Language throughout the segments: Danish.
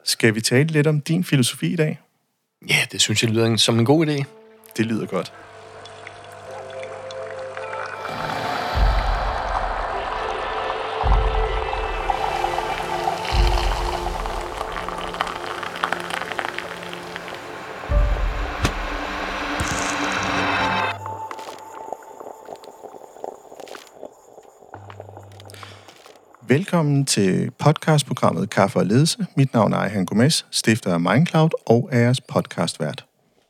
Skal vi tale lidt om din filosofi i dag? Ja, det synes jeg lyder som en god idé. Det lyder godt. Velkommen til podcastprogrammet Kaffe og Ledelse. Mit navn er Ejhan Gomez, stifter af Mindcloud og er jeres podcastvært.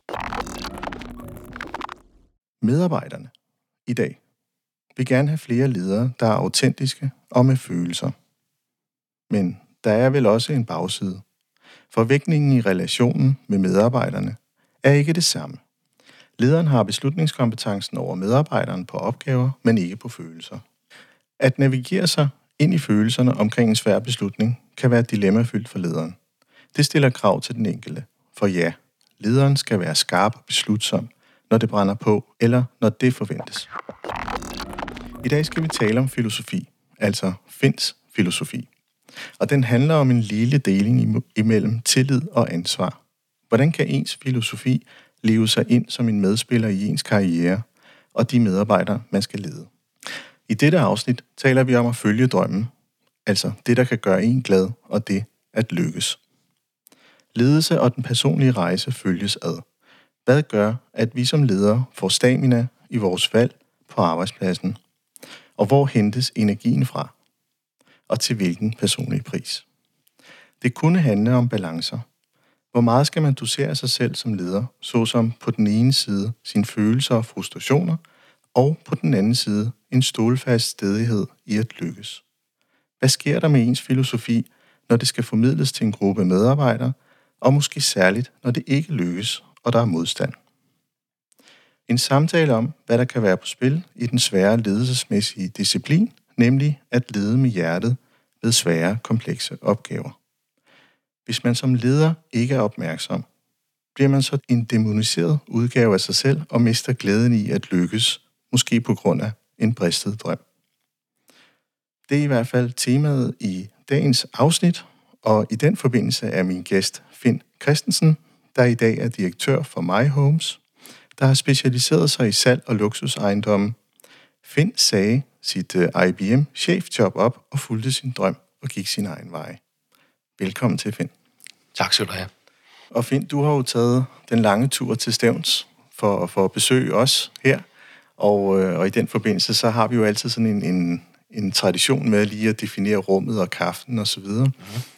Medarbejderne i dag vil gerne have flere ledere, der er autentiske og med følelser. Men der er vel også en bagside. Forvægtningen i relationen med medarbejderne er ikke det samme. Lederen har beslutningskompetencen over medarbejderen på opgaver, men ikke på følelser. At navigere sig ind i følelserne omkring en svær beslutning kan være dilemmafyldt for lederen. Det stiller krav til den enkelte. For ja, lederen skal være skarp og beslutsom, når det brænder på, eller når det forventes. I dag skal vi tale om filosofi, altså Finds filosofi. Og den handler om en lille deling imellem tillid og ansvar. Hvordan kan ens filosofi leve sig ind som en medspiller i ens karriere og de medarbejdere, man skal lede? I dette afsnit taler vi om at følge drømmen, altså det, der kan gøre en glad, og det at lykkes. Ledelse og den personlige rejse følges ad. Hvad gør, at vi som ledere får stamina i vores valg på arbejdspladsen? Og hvor hentes energien fra? Og til hvilken personlig pris? Det kunne handle om balancer. Hvor meget skal man dosere sig selv som leder, såsom på den ene side sine følelser og frustrationer, og på den anden side en stålfast stædighed i at lykkes. Hvad sker der med ens filosofi, når det skal formidles til en gruppe medarbejdere, og måske særligt, når det ikke lykkes, og der er modstand? En samtale om, hvad der kan være på spil i den svære ledelsesmæssige disciplin, nemlig at lede med hjertet ved svære, komplekse opgaver. Hvis man som leder ikke er opmærksom, bliver man så en dæmoniseret udgave af sig selv og mister glæden i at lykkes, måske på grund af en bristet drøm. Det er i hvert fald temaet i dagens afsnit, og i den forbindelse er min gæst Finn Christensen, der i dag er direktør for MyHomes, der har specialiseret sig i salg og luksusejendomme. Finn sagde sit IBM-chefjob op og fulgte sin drøm og gik sin egen vej. Velkommen til, Finn. Tak skal du have. Og Finn, du har jo taget den lange tur til Stevns for at besøge os her. Og i den forbindelse, så har vi jo altid sådan en tradition med lige at definere rummet og kaffen og så videre.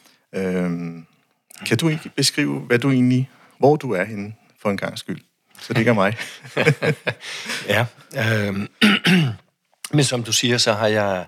Kan du ikke beskrive, hvor du er henne for en gangs skyld? Så det ikke er mig. Ja. Men som du siger, så har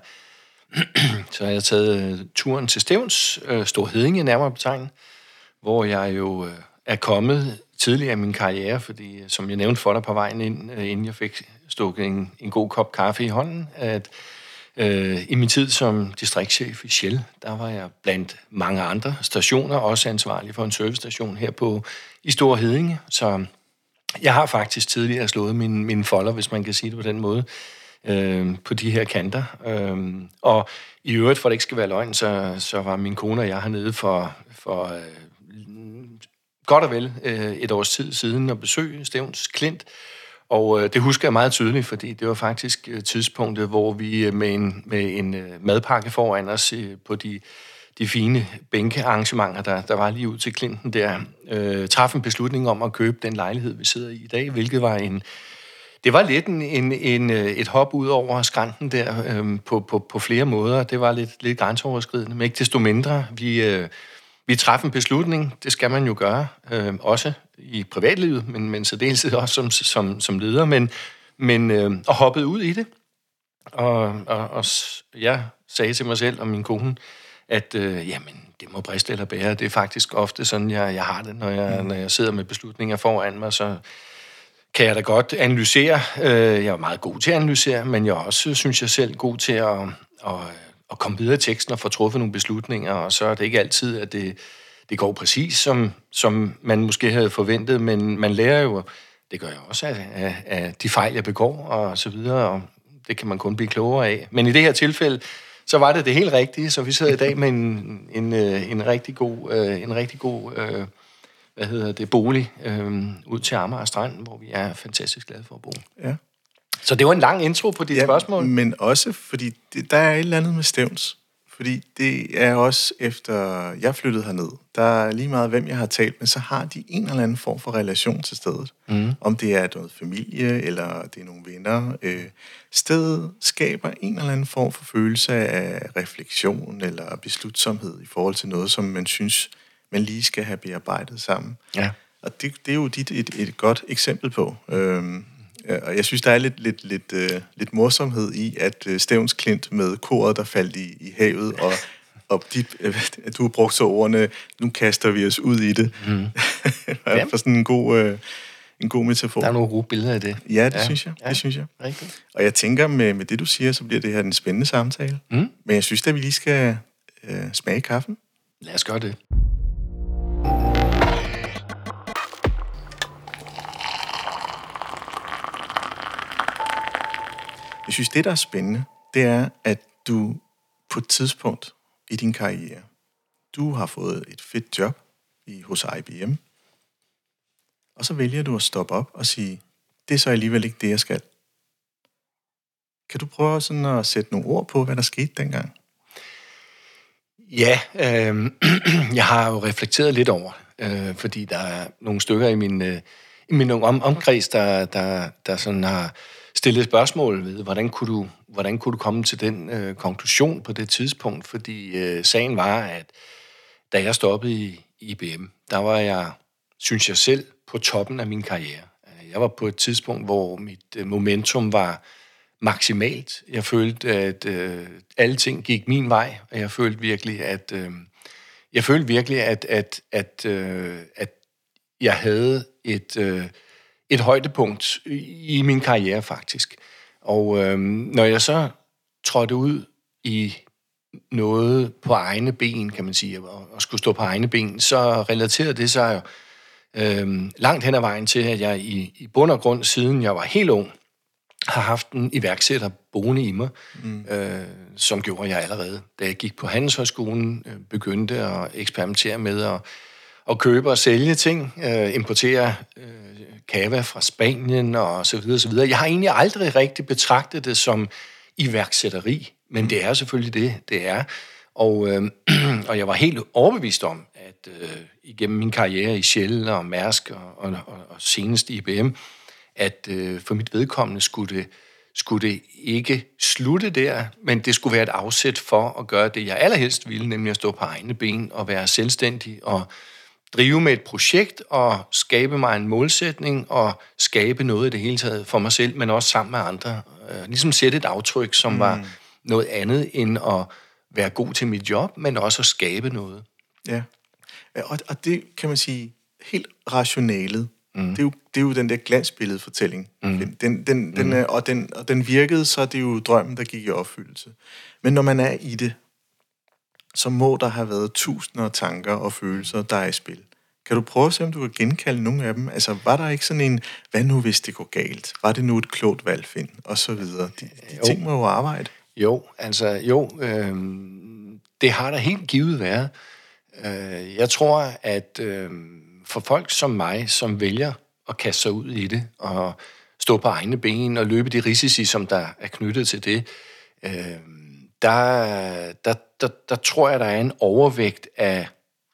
jeg taget turen til Stevns, Store Heddinge nærmere betegnet, hvor jeg jo er kommet tidligere i min karriere, fordi som jeg nævnte for dig på vejen ind, inden jeg fik stukket en god kop kaffe i hånden, at i min tid som distriktschef i Shell, der var jeg blandt mange andre stationer også ansvarlig for en servicestation her i Store Heddinge. Så jeg har faktisk tidligere slået mine folder, hvis man kan sige det på den måde, på de her kanter. Og i øvrigt, for det ikke skal være løgn, så var min kone og jeg hernede for godt og vel et års tid siden at besøge Stevns Klint. Og det husker jeg meget tydeligt, fordi det var faktisk tidspunktet, hvor vi med en madpakke foran os på de fine bænkearrangementer, der var lige ud til Klinten der, traf en beslutning om at købe den lejlighed, vi sidder i dag, hvilket var det var lidt et hop ud over skrænten der på flere måder. Det var lidt grænseoverskridende, men ikke desto mindre. Vi traf en beslutning, det skal man jo gøre, også i privatlivet, men så dels også som leder, og hoppede ud i det. Og jeg sagde til mig selv og min kone, at jamen, det må briste eller bære. Det er faktisk ofte sådan, jeg har det, når jeg sidder med beslutninger foran mig, så kan jeg da godt analysere. Jeg er meget god til at analysere, men jeg også, synes jeg selv, god til at komme videre i teksten og få truffet nogle beslutninger, og så er det ikke altid, at det går præcis, som man måske havde forventet, men man lærer jo, det gør jeg også, af de fejl, jeg begår, og så videre, og det kan man kun blive klogere af. Men i det her tilfælde, så var det helt rigtige. Så vi sidder i dag med en rigtig god bolig ud til Amager Strand, hvor vi er fantastisk glade for at bo. Ja. Så det var en lang intro på dit spørgsmål. Men også fordi der er et eller andet med Stevns. Fordi det er også efter jeg flyttede herned, der er lige meget hvem jeg har talt med, så har de en eller anden form for relation til stedet. Om det er noget familie, eller det er nogle venner. Stedet skaber en eller anden form for følelse af refleksion eller beslutsomhed i forhold til noget, som man synes, man lige skal have bearbejdet sammen. Ja. Og det er jo et godt eksempel på. Og jeg synes, der er lidt morsomhed i, at Stevns Klint med koret, der faldt i havet, og du har brugt så ordene, nu kaster vi os ud i det. For sådan en god metafor. Der er nogle gode billeder af det. Ja, det synes jeg. Det synes jeg. Rigtigt. Og jeg tænker, med det du siger, så bliver det her en spændende samtale. Men jeg synes, at vi lige skal smage kaffen. Lad os gøre det. Jeg synes, det der er spændende, det er, at du på et tidspunkt i din karriere, du har fået et fedt job hos IBM, og så vælger du at stoppe op og sige, det er så alligevel ikke det, jeg skal. Kan du prøve sådan at sætte nogle ord på, hvad der skete dengang? Ja, jeg har jo reflekteret lidt over, fordi der er nogle stykker i min omkreds, der sådan har stillet spørgsmål ved, hvordan kunne du komme til den konklusion på det tidspunkt, fordi sagen var, at da jeg stoppede i IBM, der var jeg, synes jeg selv, på toppen af min karriere. Jeg var på et tidspunkt, hvor mit momentum var maksimalt. Jeg følte, at alle ting gik min vej, og jeg følte virkelig, at jeg havde et højdepunkt i min karriere, faktisk. Og når jeg så trådte ud i noget på egne ben, kan man sige, og skulle stå på egne ben, så relaterede det sig jo langt hen ad vejen til, at jeg i bund og grund, siden jeg var helt ung, har haft en iværksætter boende i mig, som gjorde jeg allerede. Da jeg gik på Handelshøjskolen, begyndte at eksperimentere med at købe og sælge ting, importere kava fra Spanien og så videre, så videre. Jeg har egentlig aldrig rigtig betragtet det som iværksætteri, men det er selvfølgelig det er. Og jeg var helt overbevist om, at igennem min karriere i Shell og Mærsk og senest i IBM, at for mit vedkommende skulle det ikke slutte der, men det skulle være et afsæt for at gøre det, jeg allerhelst ville, nemlig at stå på egne ben og være selvstændig og drive med et projekt og skabe mig en målsætning og skabe noget i det hele taget for mig selv, men også sammen med andre. Ligesom sætte et aftryk, som var noget andet end at være god til mit job, men også at skabe noget. Ja, og det kan man sige helt rationalet. Det er jo den der glansbilledfortælling. Og den virkede, så det er jo drømmen, der gik i opfyldelse. Men når man er i det, så må der have været tusinder af tanker og følelser, der er i spil. Kan du prøve at se, om du kan genkalde nogle af dem? Altså, var der ikke sådan en, hvad nu hvis det går galt? Var det nu et klogt valg, Finn? Og så videre. De ting må jo arbejde. Det har der helt givet været. Jeg tror, at for folk som mig, som vælger at kaste sig ud i det, og stå på egne ben og løbe de risici, som der er knyttet til det, der tror jeg, der er en overvægt af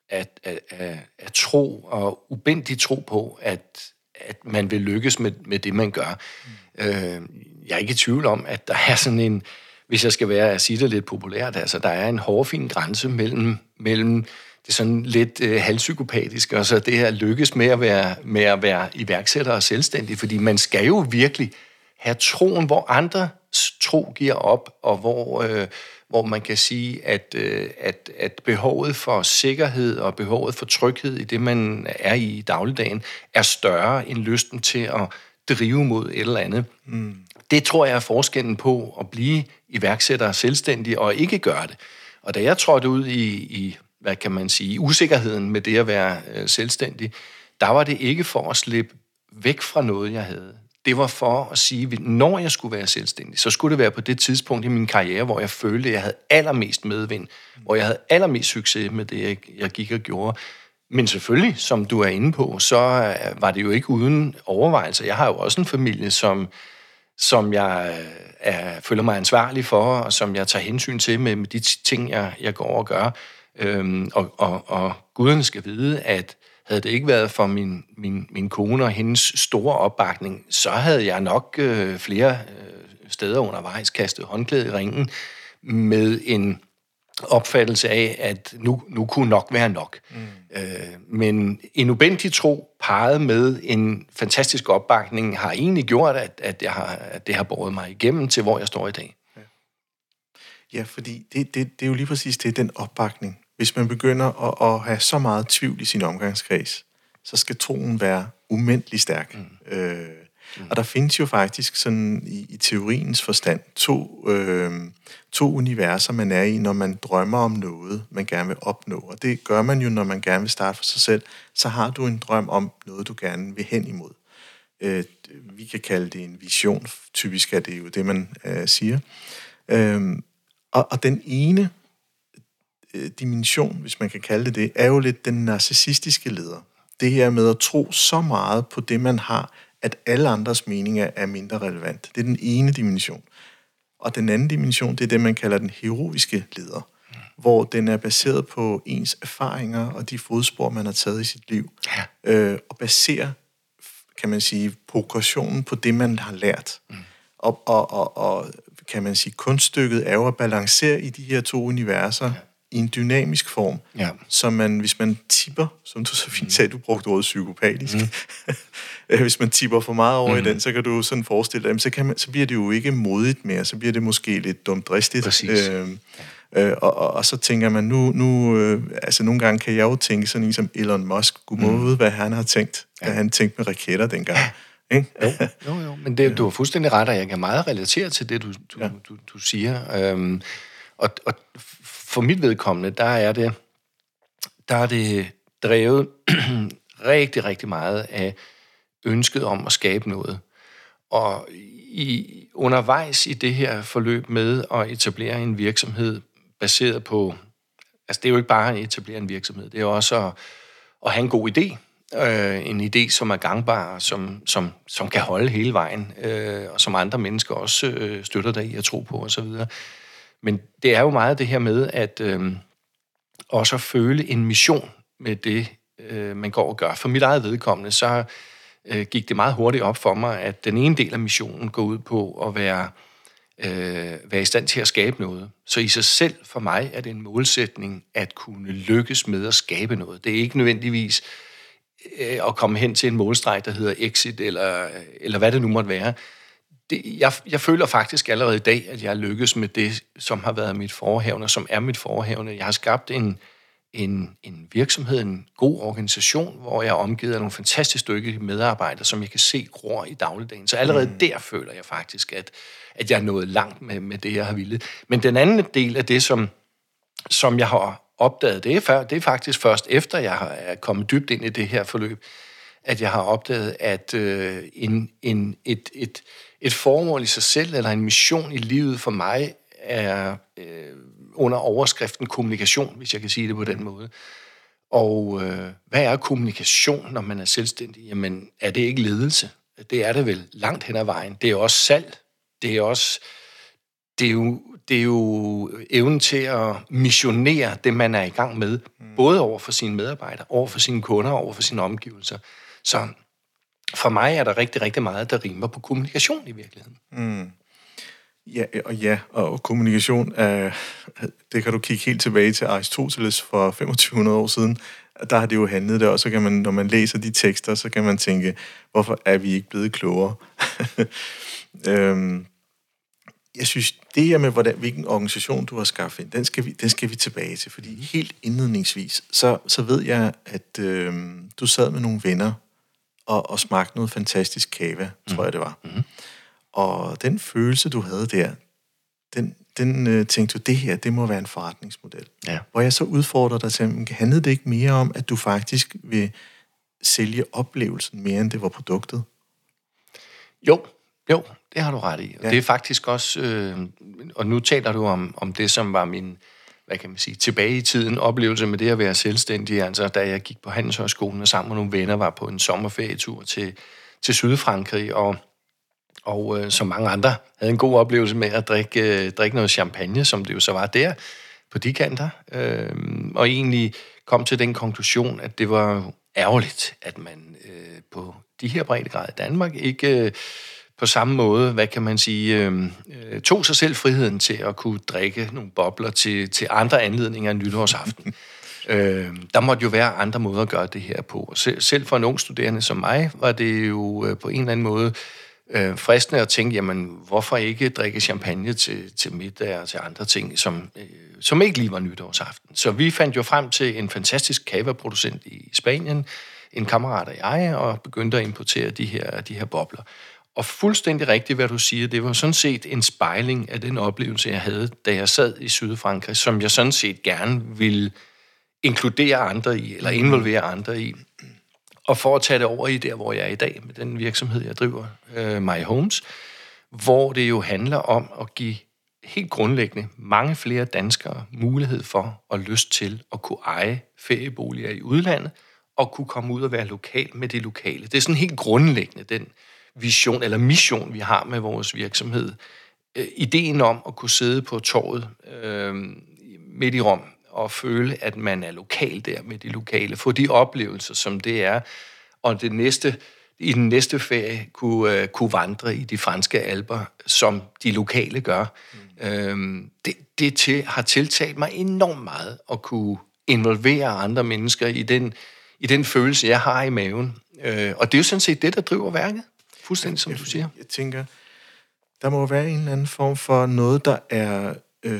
tro og ubændig tro på, at man vil lykkes med det, man gør. Jeg er ikke i tvivl om, at der er sådan en, hvis jeg skal være at sige det lidt populært, altså der er en hårfin grænse mellem det sådan lidt halvpsykopatiske, og så det her lykkes med at være iværksætter og selvstændig, fordi man skal jo virkelig have troen, hvor andre tro giver op, og hvor man kan sige, at behovet for sikkerhed og behovet for tryghed i det, man er i dagligdagen, er større end lysten til at drive mod et eller andet. Det tror jeg er forskellen på at blive iværksætter og selvstændig og ikke gøre det. Og da jeg trådte ud i hvad kan man sige, usikkerheden med det at være selvstændig, der var det ikke for at slippe væk fra noget, jeg havde. det var for at sige, at når jeg skulle være selvstændig, så skulle det være på det tidspunkt i min karriere, hvor jeg følte, at jeg havde allermest medvind, hvor jeg havde allermest succes med det, jeg gik og gjorde. Men selvfølgelig, som du er inde på, så var det jo ikke uden overvejelse. Jeg har jo også en familie, som jeg føler mig ansvarlig for, og som jeg tager hensyn til med de ting, jeg går og gør. Og guderne skal vide, at havde det ikke været for min kone og hendes store opbakning, så havde jeg nok flere steder undervejs kastet håndklædet i ringen med en opfattelse af, at nu kunne nok være nok. Men en ubendig tro parret med en fantastisk opbakning har egentlig gjort, at det har båret mig igennem til, hvor jeg står i dag. Ja, fordi det er jo lige præcis det, den opbakning. Hvis man begynder at have så meget tvivl i sin omgangskreds, så skal troen være umændelig stærk. Og der findes jo faktisk sådan i teoriens forstand to universer, man er i, når man drømmer om noget, man gerne vil opnå. Og det gør man jo, når man gerne vil starte for sig selv. Så har du en drøm om noget, du gerne vil hen imod. Vi kan kalde det en vision. Typisk er det jo det, man siger. Og den ene dimension, hvis man kan kalde det, er jo lidt den narcissistiske leder. Det her med at tro så meget på det, man har, at alle andres meninger er mindre relevant. Det er den ene dimension. Og den anden dimension, det er det, man kalder den heroiske leder, hvor den er baseret på ens erfaringer og de fodspor, man har taget i sit liv. Og baserer, kan man sige, progressionen på det, man har lært. Og kan man sige, kunststykket er jo at balancere i de her to universer i en dynamisk form, så man, hvis man tipper, som du så fint sagde, du brugte ordet psykopatisk, hvis man tipper for meget over i den, så kan du sådan forestille dig, så bliver det jo ikke modigt mere, så bliver det måske lidt dumdristigt. Og så tænker man, altså nogle gange kan jeg jo tænke sådan en som Elon Musk, Gud må vide, hvad han har tænkt, da han tænkte med raketter dengang. Jo, men du har fuldstændig ret, og jeg kan meget relatere til det, du siger. Og for mit vedkommende, der er det drevet rigtig, rigtig meget af ønsket om at skabe noget. Og undervejs i det her forløb med at etablere en virksomhed baseret på, altså det er jo ikke bare at etablere en virksomhed, det er også at have en god idé. En idé, som er gangbar, som kan holde hele vejen, og som andre mennesker også støtter dig i at tro på osv. Men det er jo meget det her med at også at føle en mission med det, man går og gør. For mit eget vedkommende, så gik det meget hurtigt op for mig, at den ene del af missionen går ud på at være i stand til at skabe noget. Så i sig selv for mig er det en målsætning at kunne lykkes med at skabe noget. Det er ikke nødvendigvis at komme hen til en målstreg, der hedder exit, eller hvad det nu måtte være. Jeg føler faktisk allerede i dag, at jeg lykkes med det, som har været mit forehavende, som er mit forehavende. Jeg har skabt en virksomhed, en god organisation, hvor jeg er omgivet af nogle fantastisk dygtige medarbejdere, som jeg kan se gror i dagligdagen. Så allerede der føler jeg faktisk, at jeg er nået langt med det, jeg har ville. Men den anden del af det, som jeg har opdaget, det er faktisk først efter, jeg er kommet dybt ind i det her forløb, at jeg har opdaget, at et formål i sig selv, eller en mission i livet for mig, er under overskriften kommunikation, hvis jeg kan sige det på den måde. Og hvad er kommunikation, når man er selvstændig? Jamen, er det ikke ledelse? Det er det vel langt hen ad vejen. Det er også salg. Det er jo evnen til at missionere det, man er i gang med, både over for sine medarbejdere, over for sine kunder, over for sine omgivelser. Så for mig er der rigtig, rigtig meget, der rimer på kommunikation i virkeligheden. Og kommunikation, det kan du kigge helt tilbage til Aristoteles for 2500 år siden. Der har det jo handlet det, og så kan man, når man læser de tekster, så kan man tænke, hvorfor er vi ikke blevet klogere? Jeg synes, det her med, hvilken organisation du har skaffet, den skal vi tilbage til, fordi helt indledningsvis, så ved jeg, at du sad med nogle venner og smagte noget fantastisk kava, tror jeg det var. Og den følelse, du havde der, den tænkte du, det her, det må være en forretningsmodel. Ja. Hvor jeg så udfordrer dig til, handlede det ikke mere om, at du faktisk vil sælge oplevelsen mere, end det var produktet? Jo, det har du ret i. Og det er faktisk også, og nu taler du om det, som var min, hvad kan man sige, tilbage i tiden oplevelse med det at være selvstændig. Altså, da jeg gik på Handelshøjskolen og sammen med nogle venner var på en sommerferietur til Sydfrankrig, og som mange andre havde en god oplevelse med at drikke noget champagne, som det jo så var der på de kanter, og egentlig kom til den konklusion, at det var ærgerligt, at man på de her breddegrader i Danmark ikke på samme måde, hvad kan man sige, tog sig selv friheden til at kunne drikke nogle bobler til andre anledninger end nytårsaften. Der måtte jo være andre måder at gøre det her på. Selv for en ung studerende som mig, var det jo på en eller anden måde fristende at tænke, jamen, hvorfor ikke drikke champagne til middag og til andre ting, som ikke lige var nytårsaften. Så vi fandt jo frem til en fantastisk cava-producent i Spanien, en kammerat og jeg, og begyndte at importere de her bobler. Og fuldstændig rigtigt, hvad du siger, det var sådan set en spejling af den oplevelse, jeg havde, da jeg sad i Sydfrankrig, som jeg sådan set gerne ville inkludere andre i, eller involvere andre i. Og for at tage det over i der, hvor jeg er i dag, med den virksomhed, jeg driver, My Homes, hvor det jo handler om at give helt grundlæggende mange flere danskere mulighed for og lyst til at kunne eje ferieboliger i udlandet, og kunne komme ud og være lokal med det lokale. Det er sådan helt grundlæggende den vision eller mission, vi har med vores virksomhed. Ideen om at kunne sidde på torvet midt i Rom og føle, at man er lokal der med de lokale. Få de oplevelser, som det er, og i den næste ferie kunne vandre i de franske alper, som de lokale gør. Det har tiltalt mig enormt meget at kunne involvere andre mennesker i den følelse, jeg har i maven. Og det er jo sådan set det, der driver værket. Fuldstændig, som du siger. Jeg tænker, der må være en eller anden form for noget, der er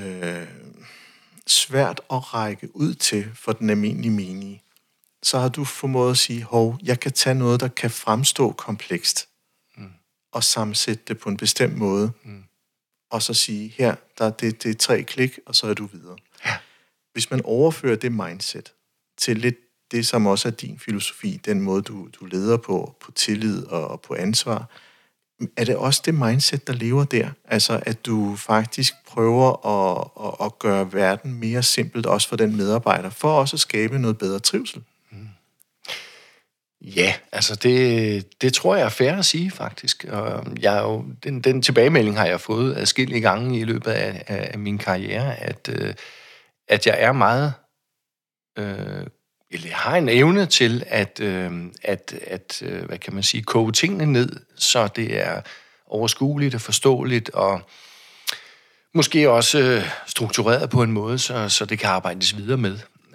svært at række ud til for den almindelige menige. Så har du formået at sige, jeg kan tage noget, der kan fremstå komplekst, og sammensætte det på en bestemt måde, og så sige, her, det er 3 klik, og så er du videre. Ja. Hvis man overfører det mindset til lidt det, som også er din filosofi, den måde, du leder på tillid og på ansvar, er det også det mindset, der lever der? Altså, at du faktisk prøver at gøre verden mere simpelt, også for den medarbejder, for også at skabe noget bedre trivsel? Ja, altså det tror jeg er fair at sige, faktisk. Og den tilbagemelding har jeg fået adskillige gange i løbet af min karriere, at jeg er meget... eller jeg har en evne til at hvad kan man sige, koge tingene ned, så det er overskueligt og forståeligt, og måske også struktureret på en måde, så det kan arbejdes videre med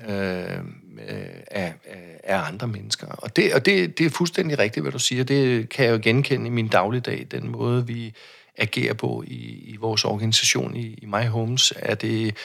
af andre mennesker. Og det er fuldstændig rigtigt, hvad du siger. Det kan jeg jo genkende i min dagligdag, den måde, vi agerer på i vores organisation i My Homes, er det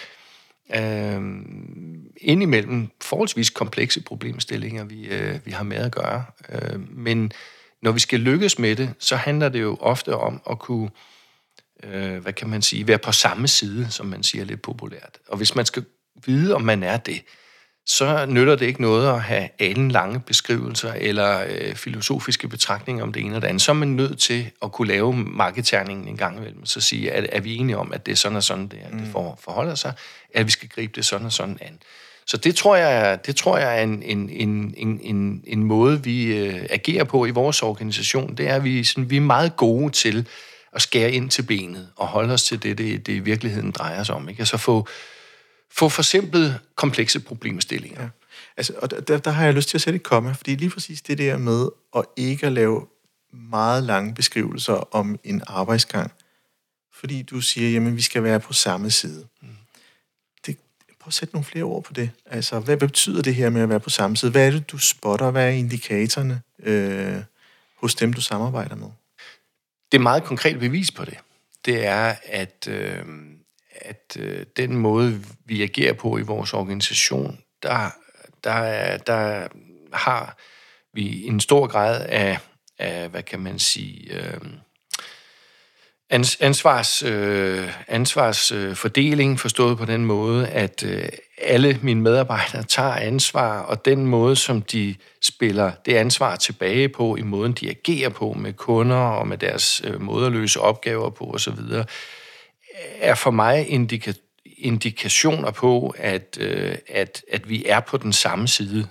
indimellem forholdsvis komplekse problemstillinger, vi har med at gøre. Men når vi skal lykkes med det, så handler det jo ofte om at kunne, hvad kan man sige, være på samme side, som man siger lidt populært. Og hvis man skal vide, om man er det, så nytter det ikke noget at have alenlange beskrivelser eller filosofiske betragtninger om det ene og det andet. Så er man nødt til at kunne lave markedterningen en gang imellem, så sige, er vi enige om, at det er sådan og sådan, det forholder sig, at vi skal gribe det sådan og sådan an. Så det tror jeg er en måde, vi agerer på i vores organisation. Det er, at vi er meget gode til at skære ind til benet og holde os til det i virkeligheden drejer sig om. Ikke? Altså få forsimplet komplekse problemstillinger. Ja. Altså, og der har jeg lyst til at sætte et komma, fordi lige præcis det der med at ikke at lave meget lange beskrivelser om en arbejdsgang, fordi du siger, jamen vi skal være på samme side. Prøv at sætte nogle flere ord på det. Altså, hvad betyder det her med at være på samme side? Hvad er det, du spotter? Hvad er indikatorerne hos dem, du samarbejder med? Det meget konkrete bevis på det er, at den måde, vi agerer på i vores organisation, der har vi en stor grad af hvad kan man sige, Ansvarsfordeling forstået på den måde, at alle mine medarbejdere tager ansvar, og den måde, som de spiller det ansvar tilbage på, i måden, de agerer på med kunder og med deres måde at løse opgaver på osv., er for mig indikationer på, at vi er på den samme side.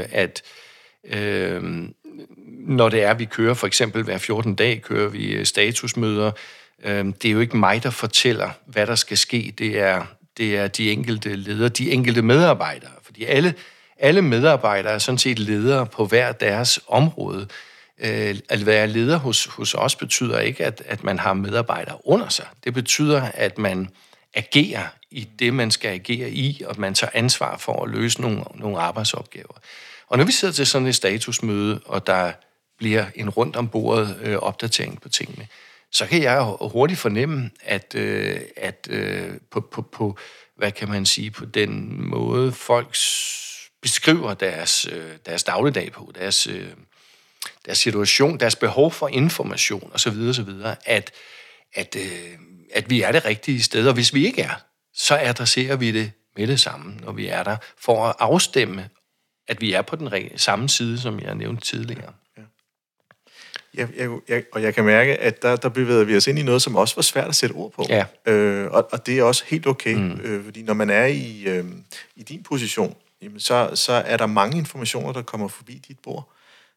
Når det er, vi kører, for eksempel hver 14 dage, kører vi statusmøder. Det er jo ikke mig, der fortæller, hvad der skal ske. Det er de enkelte ledere, de enkelte medarbejdere. Fordi alle medarbejdere er sådan set ledere på hver deres område. At være leder hos os betyder ikke, at man har medarbejdere under sig. Det betyder, at man agerer i det, man skal agere i, og man tager ansvar for at løse nogle arbejdsopgaver. Og når vi sidder til sådan et statusmøde, og der bliver en rundt om bordet opdatering på tingene, så kan jeg hurtigt fornemme, at på hvad kan man sige, på den måde, folk beskriver deres dagligdag på, deres situation, deres behov for information osv., at vi er det rigtige sted. Og hvis vi ikke er, så adresserer vi det med det samme, når vi er der, for at afstemme, at vi er på den samme side, som jeg nævnte tidligere. Og jeg kan mærke, at der bevæger vi os ind i noget, som også var svært at sætte ord på. Ja. Og det er også helt okay, fordi når man er i din position, jamen så er der mange informationer, der kommer forbi dit bord.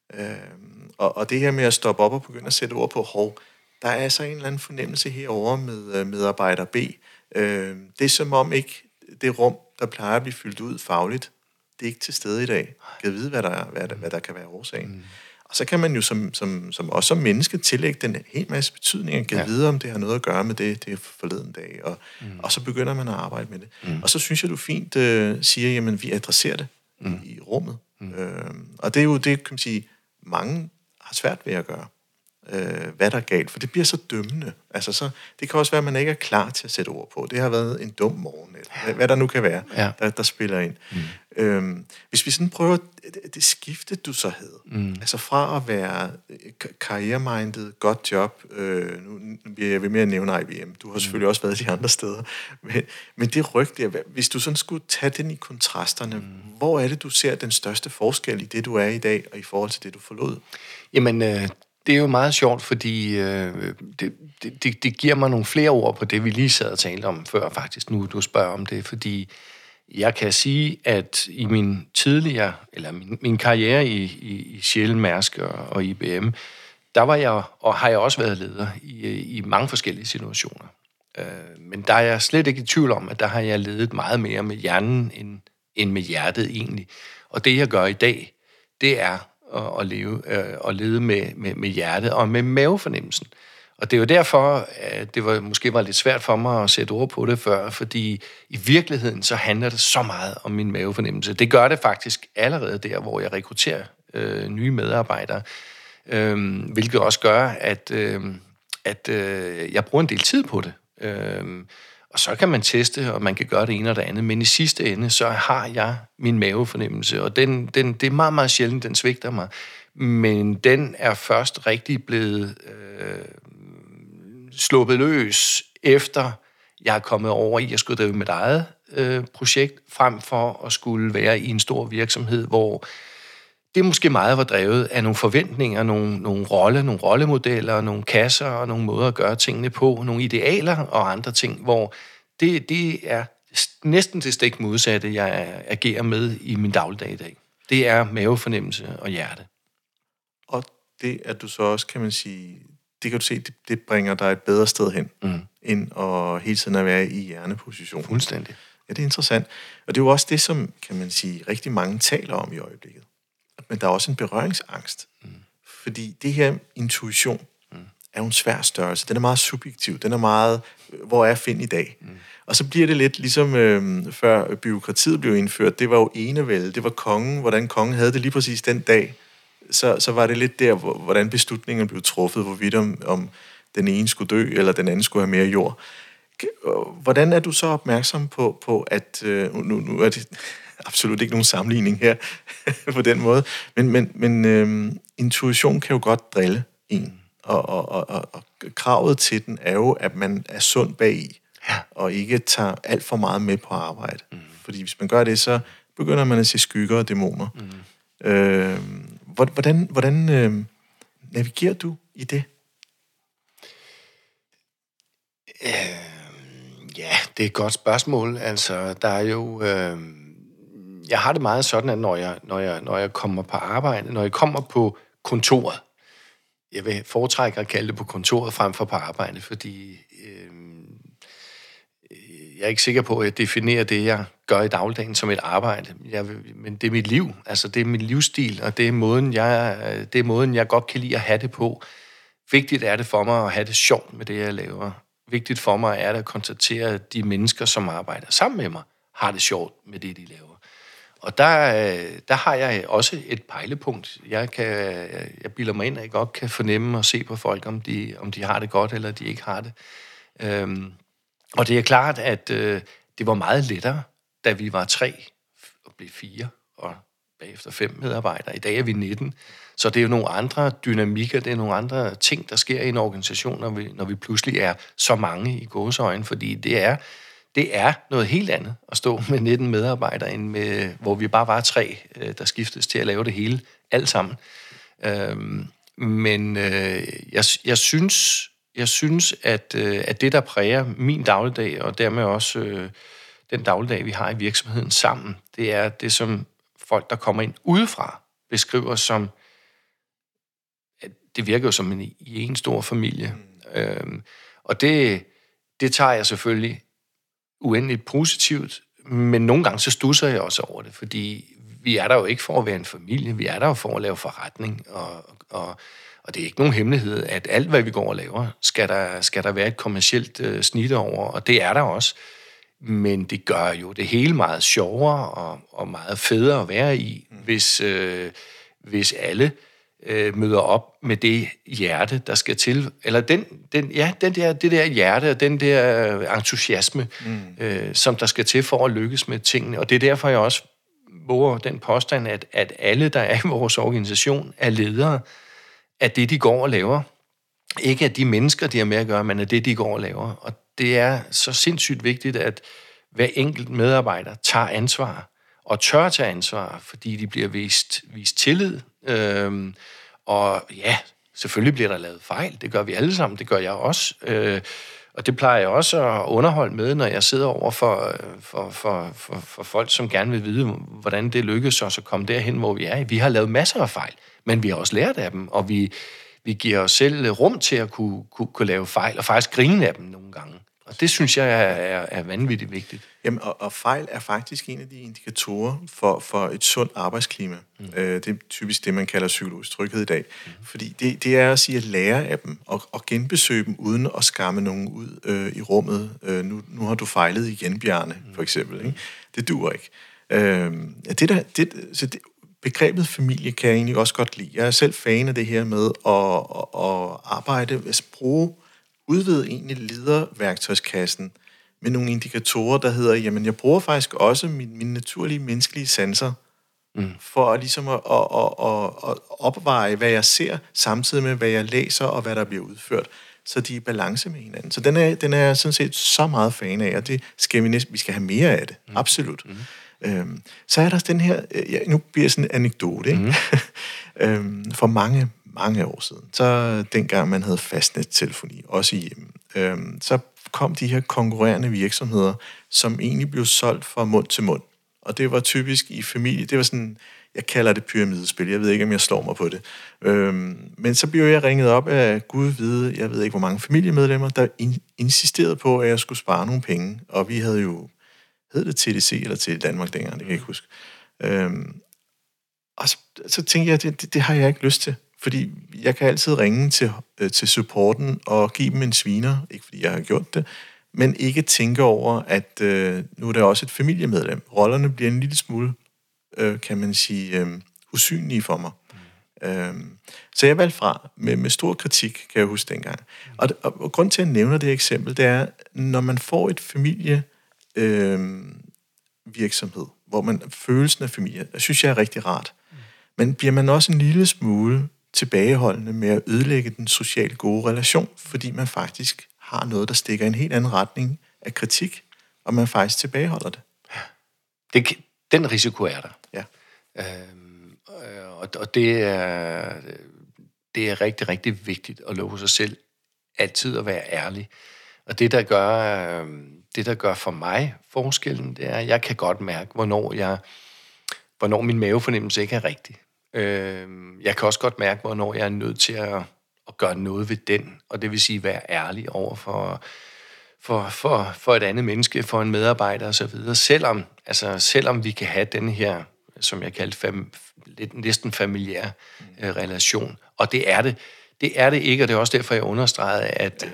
Og det her med at stoppe op og begynde at sætte ord på, der er altså en eller anden fornemmelse herovre med medarbejder B. Det er som om ikke det rum, der plejer at blive fyldt ud fagligt, det er ikke til stede i dag. Jeg kan vide, hvad der kan være årsagen. Og så kan man jo også som menneske tillægge den en hel masse betydning, og kan vide, om det har noget at gøre med det forleden dag. Og så begynder man at arbejde med det. Og så synes jeg, du fint siger, jamen vi adresserer det i rummet. Og det er jo det, kan man sige, mange har svært ved at gøre. Hvad der er galt, for det bliver så dømmende. Altså det kan også være, at man ikke er klar til at sætte ord på. Det har været en dum morgen, eller hvad der nu kan være, der spiller ind. Hvis vi sådan prøver det skifte, du så havde, altså fra at være karrieremindet, godt job, nu jeg vil mere nævne IBM, du har selvfølgelig også været de andre steder, men det ryg der, hvis du sådan skulle tage den i kontrasterne, hvor er det, du ser den største forskel i det, du er i dag, og i forhold til det, du forlod? Jamen, det er jo meget sjovt, fordi det giver mig nogle flere ord på det, vi lige sad og talte om før, faktisk, nu du spørger om det, fordi jeg kan sige, at i min tidligere, eller min karriere i Shell, Mærsk og IBM, der var jeg, og har jeg også været leder i mange forskellige situationer. Men der er jeg slet ikke i tvivl om, at der har jeg ledet meget mere med hjernen end med hjertet egentlig. Og det, jeg gør i dag, det er at lede med hjertet og med mavefornemmelsen. Og det er jo derfor, at det måske var lidt svært for mig at sætte ord på det før, fordi i virkeligheden så handler det så meget om min mavefornemmelse. Det gør det faktisk allerede der, hvor jeg rekrutterer nye medarbejdere, hvilket også gør, at jeg bruger en del tid på det. Og så kan man teste, og man kan gøre det ene og det andet, men i sidste ende, så har jeg min mavefornemmelse, og det er meget, meget sjældent, den svigter mig. Men den er først rigtig blevet sluppet løs, efter jeg er kommet over i at skulle drive mit eget projekt, frem for at skulle være i en stor virksomhed, hvor det måske meget var drevet af nogle forventninger, nogle rollemodeller, nogle kasser og nogle måder at gøre tingene på, nogle idealer og andre ting, hvor det er næsten det stik modsatte, jeg agerer med i min dagligdag i dag. Det er mavefornemmelse og hjerte. Og det, at du så også, kan man sige, det kan du se, det bringer dig et bedre sted hen, end at hele tiden at være i hjerneposition. Fuldstændig. Ja, det er interessant. Og det er jo også det, som, kan man sige, rigtig mange taler om i øjeblikket. Men der er også en berøringsangst. Fordi det her intuition er jo en svær størrelse. Den er meget subjektiv. Den er meget, hvor er Finn i dag? Og så bliver det lidt ligesom før bureaukratiet blev indført. Det var jo enevælde. Det var kongen. Hvordan kongen havde det lige præcis den dag. Så var det lidt der, hvordan beslutningen blev truffet. Hvorvidt om den ene skulle dø, eller den anden skulle have mere jord. Hvordan er du så opmærksom på at nu er det absolut ikke nogen sammenligning her på den måde, men intuition kan jo godt drille en. og kravet til den er jo, at man er sund bagi, og ikke tager alt for meget med på arbejde. Fordi hvis man gør det, så begynder man at se skygger og dæmoner. Hvordan navigerer du i det? Ja, det er et godt spørgsmål. Altså, der er jo... jeg har det meget sådan, at når jeg kommer på arbejde, når jeg kommer på kontoret, jeg vil foretrække at kalde det på kontoret frem for på arbejde, fordi jeg er ikke sikker på, at jeg definerer det, jeg gør i dagligdagen som et arbejde. Men det er mit liv, altså det er min livsstil, og det er måden, jeg godt kan lide at have det på. Vigtigt er det for mig at have det sjovt med det, jeg laver. Vigtigt for mig er det at konstatere, at de mennesker, som arbejder sammen med mig, har det sjovt med det, de laver. Og der har jeg også et pejlepunkt. Jeg bilder mig ind, at jeg godt kan fornemme og se på folk, om de har det godt, eller de ikke har det. Og det er klart, at det var meget lettere, da vi var 3 og blev 4, og bagefter 5 medarbejdere. I dag er vi 19. Så det er jo nogle andre dynamikker, det er nogle andre ting, der sker i en organisation, når vi pludselig er så mange i gåseøjne, fordi det er noget helt andet at stå med 19 medarbejdere, end hvor vi bare var 3, der skiftes til at lave det hele, alt sammen. Men jeg synes, at det, der præger min dagligdag, og dermed også den dagligdag, vi har i virksomheden sammen, det er det, som folk, der kommer ind udefra, beskriver som, at det virker jo som i en stor familie. Og det tager jeg selvfølgelig uendeligt positivt, men nogle gange så stusser jeg også over det, fordi vi er der jo ikke for at være en familie, vi er der jo for at lave forretning, og det er ikke nogen hemmelighed, at alt, hvad vi går og laver, skal der være et kommercielt snit over, og det er der også. Men det gør jo det hele meget sjovere og meget federe at være i, hvis alle møder op med det hjerte, der skal til, eller det der hjerte og den der entusiasme, som der skal til for at lykkes med tingene. Og det er derfor, jeg også våger den påstand, at alle, der er i vores organisation, er ledere af det, de går og laver. Ikke af de mennesker, de har med at gøre, men af det, de går og laver. Og det er så sindssygt vigtigt, at hver enkelt medarbejder tager ansvar, og tør tage ansvar, fordi de bliver vist tillid. Og ja, selvfølgelig bliver der lavet fejl. Det gør vi alle sammen. Det gør jeg også. Og det plejer jeg også at underholde med, når jeg sidder over for folk, som gerne vil vide, hvordan det lykkes os at komme derhen, hvor vi er. Vi har lavet masser af fejl, men vi har også lært af dem, og vi giver os selv rum til at kunne lave fejl, og faktisk grine af dem nogle gange. Og det synes jeg er vanvittigt vigtigt. Jamen, og fejl er faktisk en af de indikatorer for et sundt arbejdsklima. Det er typisk det, man kalder psykologisk tryghed i dag. Fordi det er at sige at lære af dem, og genbesøge dem, uden at skamme nogen ud i rummet. Nu har du fejlet igen, Bjarne, for eksempel. Ikke? Det duer ikke. Begrebet familie kan jeg egentlig også godt lide. Jeg er selv fan af det her med at arbejde, udvide egentlig lederværktøjskassen med nogle indikatorer, der hedder, jamen jeg bruger faktisk også mine naturlige menneskelige sanser, for ligesom at opveje, hvad jeg ser, samtidig med, hvad jeg læser, og hvad der bliver udført, så de er i balance med hinanden. Så den er jeg sådan set så meget fan af, og det skal vi skal have mere af det. Absolut. Så er der den her, nu bliver sådan en anekdote, ikke? For mange år siden, så dengang man havde fastnettelefoni, også i hjemme, så kom de her konkurrerende virksomheder, som egentlig blev solgt fra mund til mund. Og det var typisk i familie, det var sådan, jeg kalder det pyramidespil, jeg ved ikke, om jeg slår mig på det. Men så blev jeg ringet op af Gud vide, jeg ved ikke, hvor mange familiemedlemmer, der insisterede på, at jeg skulle spare nogle penge. Og vi havde jo, hed det TDC eller til Danmark dengang, det kan jeg ikke huske. Og så tænkte jeg, det har jeg ikke lyst til. Fordi jeg kan altid ringe til supporten og give dem en sviner, ikke fordi jeg har gjort det, men ikke tænke over, at nu er der også et familiemedlem. Rollerne bliver en lille smule, kan man sige, usynlige for mig. Så jeg valgte fra med stor kritik, kan jeg huske dengang. Og grund til at nævne det eksempel, det er, når man får et familievirksomhed, hvor man følelsen af familie, det synes jeg er rigtig rart. Men bliver man også en lille smule tilbageholdende med at ødelægge den socialt gode relation, fordi man faktisk har noget, der stikker i en helt anden retning af kritik, og man faktisk tilbageholder det. Den risiko er der. Ja. Og det er rigtig, rigtig vigtigt at love sig selv altid at være ærlig. Og det, der gør for mig forskellen, det er, at jeg kan godt mærke, hvornår min mavefornemmelse ikke er rigtig. Jeg kan også godt mærke, hvornår jeg er nødt til at gøre noget ved den, og det vil sige være ærlig over for et andet menneske, for en medarbejder osv. Selvom vi kan have den her, som jeg kaldte lidt næsten familiær relation, og det er det. Det er det ikke, og det er også derfor, jeg understregede,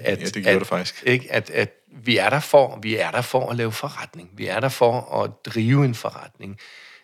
at vi er der for at lave forretning. Vi er der for at drive en forretning.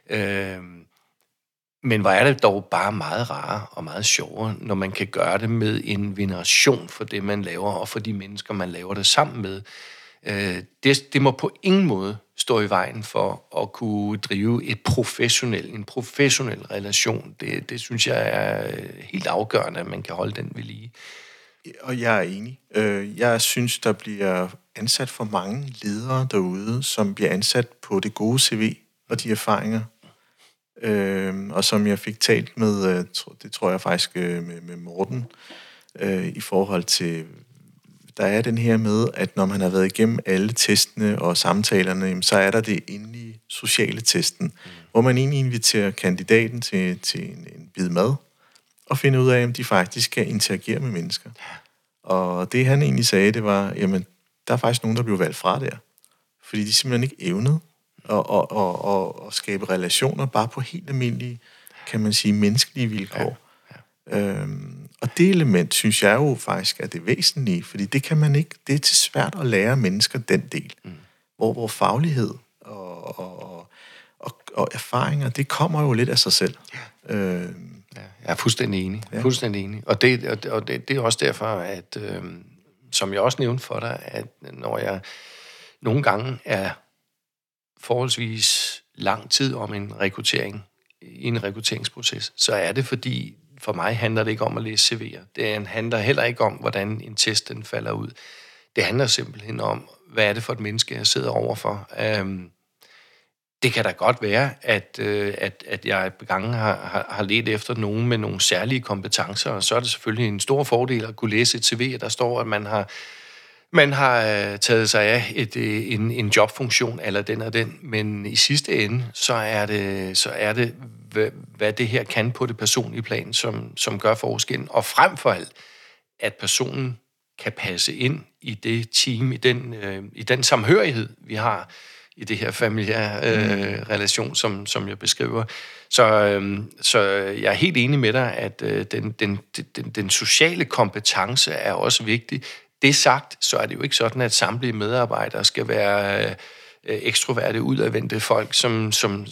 Men hvor er det dog bare meget rarere og meget sjovere, når man kan gøre det med en veneration for det, man laver, og for de mennesker, man laver det sammen med. Det må på ingen måde stå i vejen for at kunne drive en professionel relation. Det synes jeg er helt afgørende, at man kan holde den ved lige. Og jeg er enig. Jeg synes, der bliver ansat for mange ledere derude, som bliver ansat på det gode CV og de erfaringer. Og som jeg fik talt med, det tror jeg faktisk med Morten, i forhold til, der er den her med, at når man har været igennem alle testene og samtalerne, så er der det endelige sociale testen, hvor man egentlig inviterer kandidaten til en bid mad, og finder ud af, om de faktisk skal interagere med mennesker. Og det han egentlig sagde, det var, jamen, der er faktisk nogen, der blev valgt fra der, fordi de simpelthen ikke evnede og skabe relationer bare på helt almindelige, kan man sige, menneskelige vilkår. Ja. Og det element, synes jeg jo faktisk er det væsentlige, fordi det kan man ikke, det er til svært at lære mennesker den del, hvor faglighed og erfaringer, det kommer jo lidt af sig selv. Jeg er fuldstændig enig. Ja. Fuldstændig enig. Og det er også derfor, at som jeg også nævnte for dig, at når jeg nogle gange er forholdsvis lang tid om en rekrutteringsproces, så er det fordi, for mig handler det ikke om at læse CV'er. Det handler heller ikke om, hvordan en test den falder ud. Det handler simpelthen om, hvad er det for et menneske, jeg sidder overfor. Det kan da godt være, at jeg et gange har ledt efter nogen med nogle særlige kompetencer, og så er det selvfølgelig en stor fordel at kunne læse et CV, der står, at man har taget sig af en jobfunktion eller den og den, men i sidste ende, så er det hvad det her kan på det personlige plan, som gør forskellen. Og frem for alt, at personen kan passe ind i det team, i den samhørighed, vi har i det her familiære relation, som jeg beskriver. Så jeg er helt enig med dig, at den sociale kompetence er også vigtig. Det sagt, så er det jo ikke sådan, at samtlige medarbejdere skal være ekstroverte, udadvendte folk, som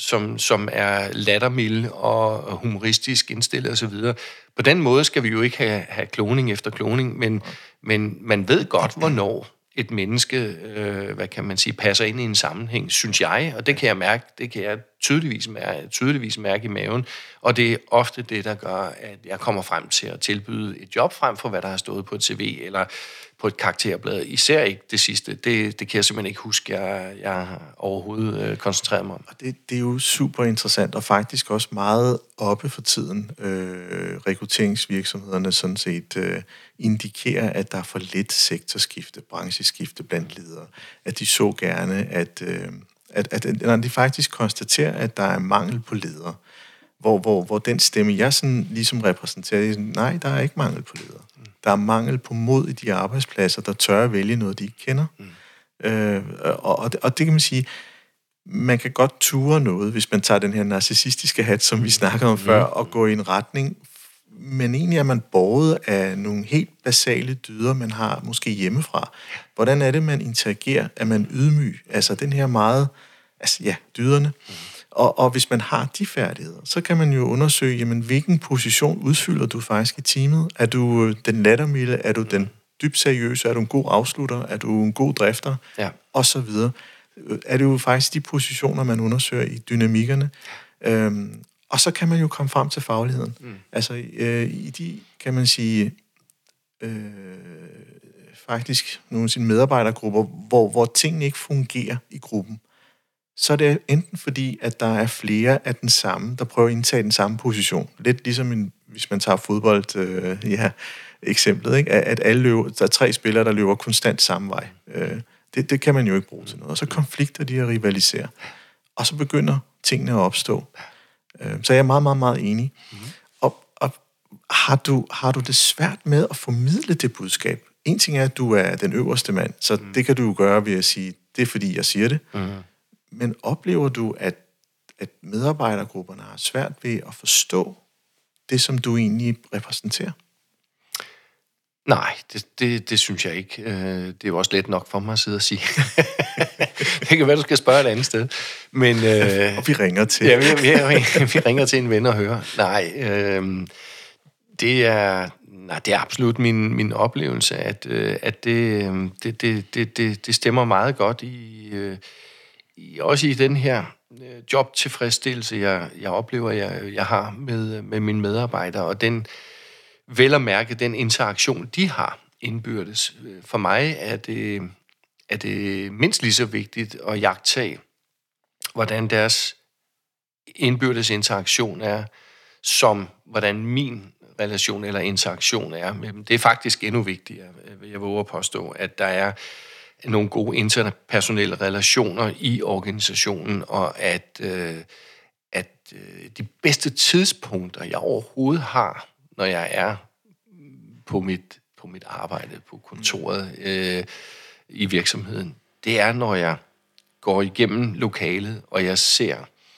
er lattermilde og humoristisk indstillet osv. På den måde skal vi jo ikke have kloning efter kloning, men man ved godt, hvornår et menneske, hvad kan man sige, passer ind i en sammenhæng, synes jeg, og det kan jeg mærke, det kan jeg tydeligvis mærke i maven, og det er ofte det, der gør, at jeg kommer frem til at tilbyde et job frem for, hvad der har stået på et CV eller på et karakterblad. Især ikke det sidste. Det kan jeg simpelthen ikke huske, jeg overhovedet koncentrerer mig om. Det er jo super interessant, og faktisk også meget oppe for tiden. Rekrutteringsvirksomhederne sådan set indikerer, at der er for lidt sektorskifte, brancheskifte blandt ledere. At de så gerne, at når de faktisk konstaterer, at der er mangel på ledere, hvor den stemme, jeg sådan ligesom repræsenterer, nej, der er ikke mangel på ledere. Der er mangel på mod i de arbejdspladser, der tør at vælge noget, de ikke kender. Og det kan man sige, man kan godt ture noget, hvis man tager den her narcissistiske hat, som vi snakkede om før, og gå i en retning, men egentlig er man båret af nogle helt basale dyder, man har måske hjemmefra. Hvordan er det, man interagerer? Er man ydmyg? Altså den her meget, dyderne. Og hvis man har de færdigheder, så kan man jo undersøge, jamen, hvilken position udfylder du faktisk i teamet? Er du den lattermilde? Er du den dybt seriøse? Er du en god afslutter? Er du en god drifter? Ja. Og så videre. Er det jo faktisk de positioner, man undersøger i dynamikkerne. Og så kan man jo komme frem til fagligheden. Altså i de, kan man sige, faktisk nogle af sine medarbejdergrupper, hvor tingene ikke fungerer i gruppen, så er det enten fordi, at der er flere af den samme, der prøver at indtage den samme position. Lidt ligesom hvis man tager fodbold, eksemplet, ikke? At alle løber, der er 3 spillere, der løber konstant samme vej. Det kan man jo ikke bruge til noget. Og så konflikter de og rivaliserer. Og så begynder tingene at opstå. Så jeg er meget, meget, meget enig. Og har du det svært med at formidle det budskab? En ting er, at du er den øverste mand, så det kan du jo gøre ved at sige, det er fordi, jeg siger det. Men oplever du, at medarbejdergrupperne har svært ved at forstå det, som du egentlig repræsenterer? Nej, det synes jeg ikke. Det er jo også let nok for mig at sidde og sige. Det kan være, du skal spørge et andet sted. Men, og vi ringer til. Ja, vi ringer til en ven og hører. Nej, det er absolut min oplevelse, at det stemmer meget godt også i den her jobtilfredsstillelse, jeg oplever, jeg har med mine medarbejdere, og den vel at mærke den interaktion, de har indbyrdes. For mig er det mindst lige så vigtigt at jagttage, hvordan deres indbyrdes interaktion er, som hvordan min relation eller interaktion er med dem. Det er faktisk endnu vigtigere, jeg våger at påstå, at der er nogle gode interpersonelle relationer i organisationen, og at de bedste tidspunkter, jeg overhovedet har, når jeg er på mit arbejde, på kontoret i virksomheden, det er, når jeg går igennem lokalet, og jeg ser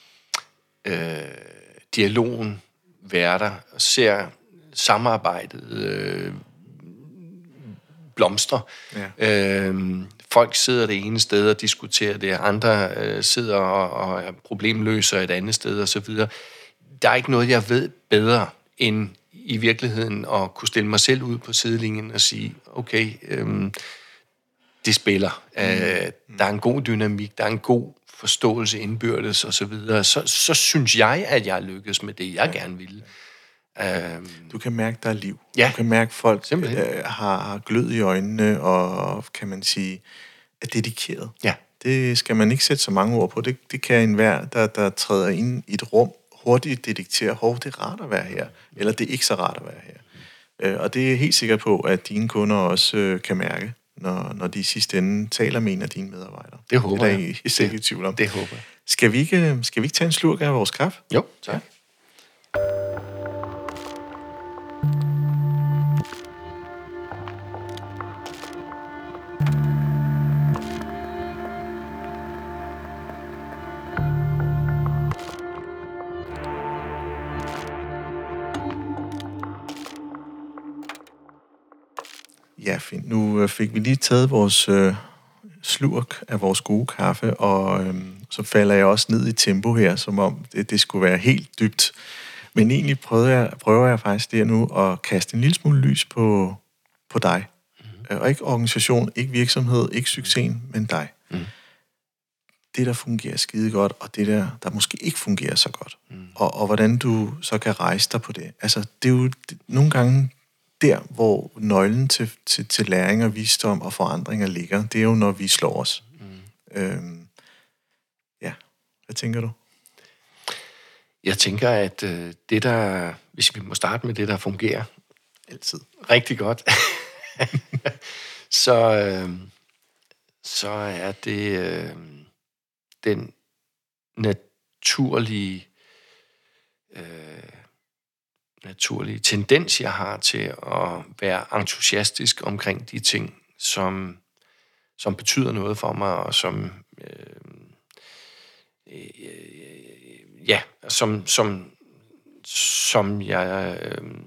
dialogen være der, og ser samarbejdet blomstre. Ja. Folk sidder det ene sted og diskuterer det, andre sidder og er problemløser et andet sted og så videre. Der er ikke noget, jeg ved bedre end i virkeligheden at kunne stille mig selv ud på sidelinjen og sige, okay, det spiller. Der er en god dynamik, der er en god forståelse indbyrdes og så videre. Så synes jeg, at jeg lykkes med det, jeg gerne ville. Du kan mærke, der er liv. Ja. Du kan mærke, at folk har glød i øjnene, og kan man sige, er dedikeret. Ja. Det skal man ikke sætte så mange ord på. Det kan enhver, der træder ind i et rum, hurtigt detektere, det er rart at være her, eller det er ikke så rart at være her. Og det er helt sikkert på, at dine kunder også kan mærke, når de i sidste ende taler med en af dine medarbejdere. Det håber jeg. Det er der ikke i tvivl om. Det håber jeg. Skal vi ikke tage en slurk af vores kaffe? Jo, tak. Ja, fint. Nu fik vi lige taget vores slurk af vores gode kaffe, og så falder jeg også ned i tempo her, som om det skulle være helt dybt. Men egentlig prøver jeg faktisk der nu at kaste en lille smule lys på dig. Og ikke organisation, ikke virksomhed, ikke succesen, men dig. Det, der fungerer skide godt, og det, der måske ikke fungerer så godt. Og hvordan du så kan rejse dig på det. Altså, det er jo nogle gange der, hvor nøglen til læring og visdom og forandringer ligger. Det er jo, når vi slår os. Ja, hvad tænker du? Jeg tænker, at det der, hvis vi må starte med det, der fungerer altid rigtig godt, så er det den naturlige tendens, jeg har til at være entusiastisk omkring de ting, som betyder noget for mig, og som som jeg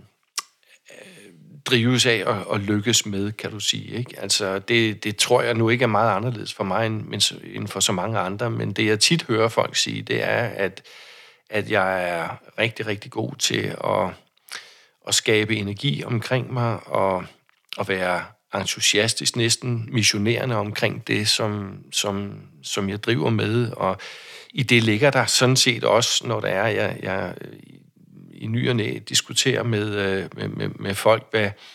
drives af og lykkes med, kan du sige. Ikke? Altså, det tror jeg nu ikke er meget anderledes for mig end for så mange andre, men det jeg tit hører folk sige, det er, at jeg er rigtig, rigtig god til at skabe energi omkring mig, og være entusiastisk, næsten missionerende omkring det, som jeg driver med, og i det ligger der sådan set også, når der er, jeg i ny og næ diskuterer med folk,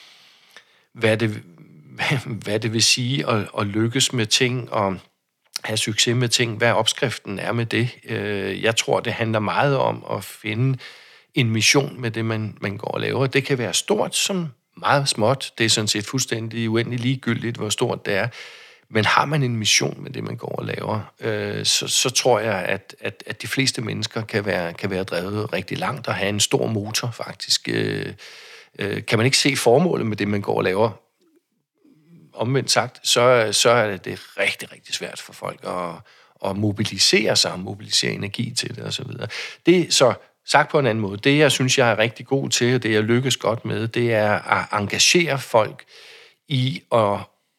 hvad det vil sige at lykkes med ting, og have succes med ting, hvad opskriften er med det. Jeg tror, det handler meget om at finde en mission med det, man går og laver. Det kan være stort som meget småt. Det er sådan set fuldstændig uendelig ligegyldigt, hvor stort det er. Men har man en mission med det, man går og laver, så tror jeg, at de fleste mennesker kan være drevet rigtig langt og have en stor motor, faktisk. Kan man ikke se formålet med det, man går og laver, omvendt sagt, så er det rigtig, rigtig svært for folk at mobilisere sig og mobilisere energi til det osv. Det er så sagt på en anden måde. Det, jeg synes, jeg er rigtig god til, og det, jeg lykkes godt med, det er at engagere folk i at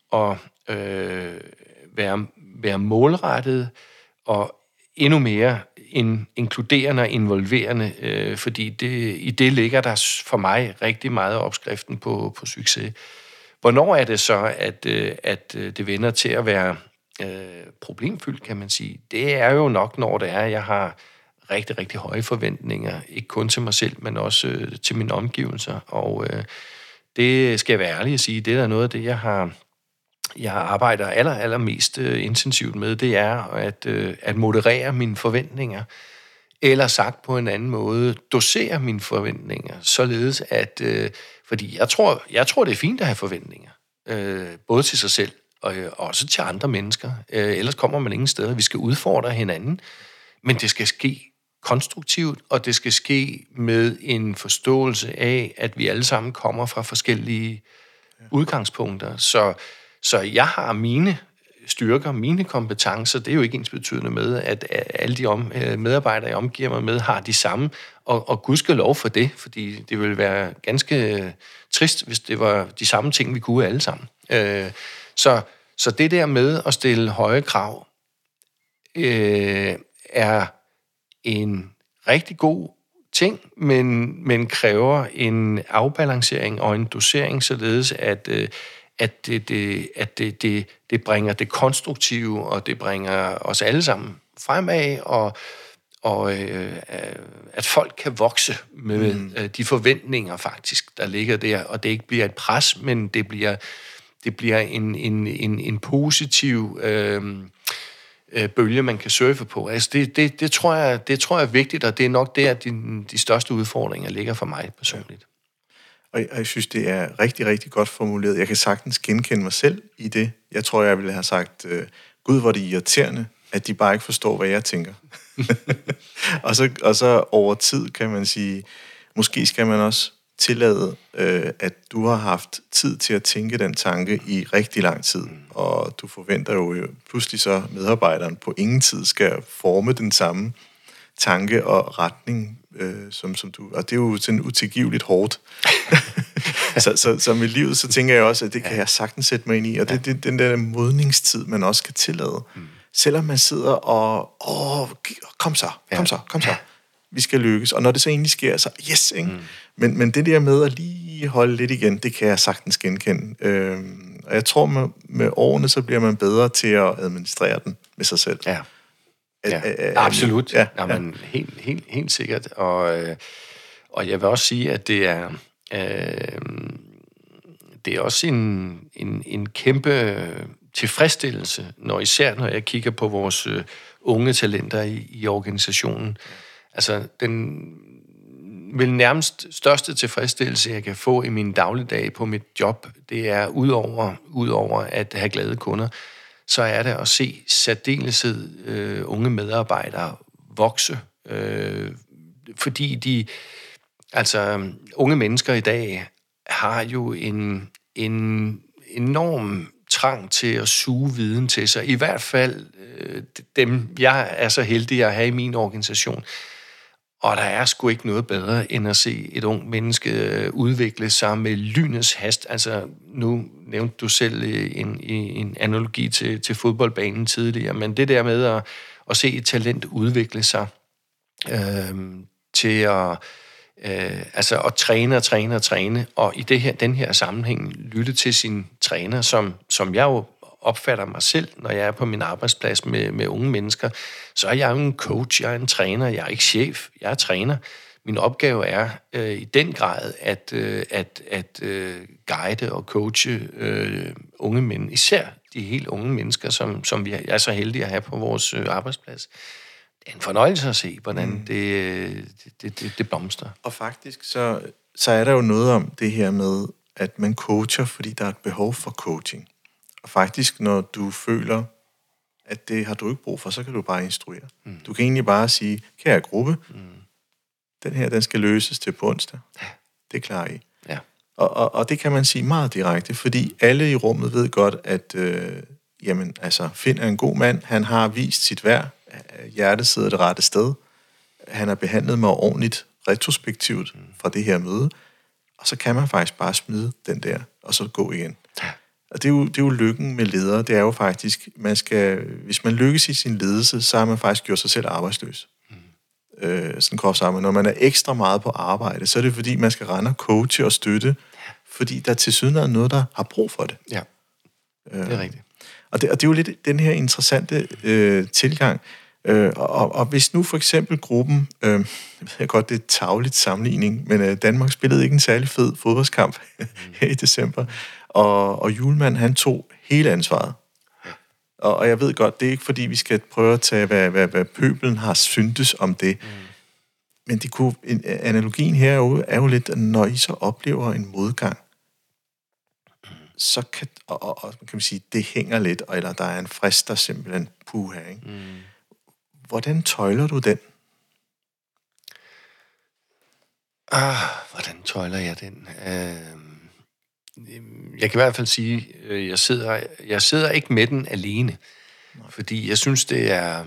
være målrettet og endnu mere inkluderende og involverende, fordi i det ligger der for mig rigtig meget opskriften på succes. Hvornår er det så, at det vender til at være problemfyldt, kan man sige? Det er jo nok, når det er, at jeg har rigtig, rigtig høje forventninger, ikke kun til mig selv, men også til mine omgivelser. Og det skal jeg være ærlig at sige, det er noget af det, jeg arbejder allermest intensivt med, det er at moderere mine forventninger, eller sagt på en anden måde, dosere mine forventninger, således at, fordi jeg tror, det er fint at have forventninger, både til sig selv, og også til andre mennesker, ellers kommer man ingen steder. Vi skal udfordre hinanden, men det skal ske konstruktivt, og det skal ske med en forståelse af, at vi alle sammen kommer fra forskellige udgangspunkter. Så jeg har mine styrker, mine kompetencer. Det er jo ikke ensbetydende med, at alle de medarbejdere, jeg omgiver mig med, har de samme. Og gudskelov for det, fordi det ville være ganske trist, hvis det var de samme ting, vi kunne alle sammen. Så det der med at stille høje krav, er en rigtig god ting, men kræver en afbalancering og en dosering, således at det bringer det konstruktive, og det bringer os alle sammen fremad, og at folk kan vokse med de forventninger faktisk, der ligger der, og det ikke bliver et pres, men det bliver en positiv bølge, man kan surfe på. Altså det tror jeg er vigtigt, og det er nok der, de største udfordringer ligger for mig personligt. Og jeg synes, det er rigtig, rigtig godt formuleret. Jeg kan sagtens genkende mig selv i det. Jeg tror, jeg ville have sagt, Gud, hvor det irriterende, at de bare ikke forstår, hvad jeg tænker. og så over tid kan man sige, måske skal man også tillade, at du har haft tid til at tænke den tanke i rigtig lang tid. Og du forventer jo pludselig så, medarbejderen på ingen tid skal forme den samme tanke og retning, som du... Og det er jo sådan utilgiveligt hårdt. så med livet, så tænker jeg også, at det kan jeg sagtens sætte mig ind i. Og det er den der modningstid, man også kan tillade. Selvom man sidder og... kom så. Vi skal lykkes. Og når det så egentlig sker, så yes, ikke? Men det der med at lige holde lidt igen, det kan jeg sagtens genkende. Og jeg tror, med årene, så bliver man bedre til at administrere den med sig selv. Ja. Absolut. Jamen, helt sikkert. Og jeg vil også sige, at det er også en kæmpe tilfredsstillelse, især når jeg kigger på vores unge talenter i organisationen. Altså, den vel nærmest største tilfredsstillelse, jeg kan få i min dagligdag på mit job, det er udover at have glade kunder, så er det at se særdeleshed unge medarbejdere vokse. Fordi unge mennesker i dag har jo en enorm trang til at suge viden til sig. I hvert fald dem, jeg er så heldig at have i min organisation. Og der er sgu ikke noget bedre, end at se et ung menneske udvikle sig med lynets hast. Altså, nu nævnte du selv en analogi til fodboldbanen tidligere, men det der med at se et talent udvikle sig til at Altså at træne, og i den her sammenhæng lytte til sin træner, som jeg jo opfatter mig selv, når jeg er på min arbejdsplads med unge mennesker, så er jeg jo en coach, jeg er en træner, jeg er ikke chef, jeg er træner. Min opgave er i den grad at guide og coache unge mænd, især de helt unge mennesker, som vi er så heldige at have på vores arbejdsplads. Det er en fornøjelse at se, hvordan det blomstrer. Og faktisk så er der jo noget om det her med, at man coacher, fordi der er et behov for coaching. Og faktisk, når du føler, at det har du ikke brug for, så kan du bare instruere. Du kan egentlig bare sige, kære gruppe, den skal løses til på onsdag. Ja. Det klarer I. Ja. Og det kan man sige meget direkte, fordi alle i rummet ved godt, at Finn er en god mand. Han har vist sit værd. Hjertet sidder det rette sted. Han har behandlet mig ordentligt retrospektivt fra det her møde. Og så kan man faktisk bare smide den der, og så gå igen. Ja. Og det er jo lykken med ledere. Det er jo faktisk, hvis man lykkes i sin ledelse, så har man faktisk gjort sig selv arbejdsløs. Sådan groft sammen. Når man er ekstra meget på arbejde, så er det fordi, man skal rende og coache og støtte, fordi der til syden er noget, der har brug for det. Ja, det er rigtigt. Og det er jo lidt den her interessante tilgang. Og hvis nu for eksempel gruppen, jeg ved godt, det er et tarveligt sammenligning, men Danmark spillede ikke en særlig fed fodboldskamp her i december, og Hjulmand, han tog hele ansvaret. Og jeg ved godt, det er ikke fordi, vi skal prøve at tage, hvad pøbelen har syntes om det. Men analogien her er jo lidt, at når I så oplever en modgang, så kan man sige, det hænger lidt, eller der er en frist, der simpelthen puha, ikke? Hvordan tøjler du den? Hvordan tøjler jeg den? Jeg kan i hvert fald sige, jeg sidder ikke med den alene. Nej. Fordi jeg synes, det er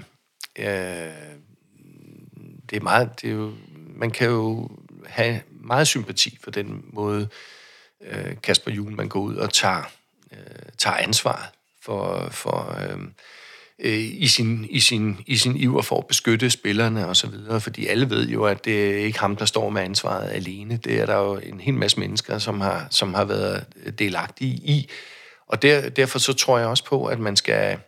meget, man kan jo have meget sympati for den måde, Kasper Hjulmand går ud og tager ansvaret for i sin iver for at beskytte spillerne og så videre, fordi alle ved jo, at det er ikke ham, der står med ansvaret alene. Det er der jo en hel masse mennesker, som har været delagtige i. Og derfor så tror jeg også på, at man skal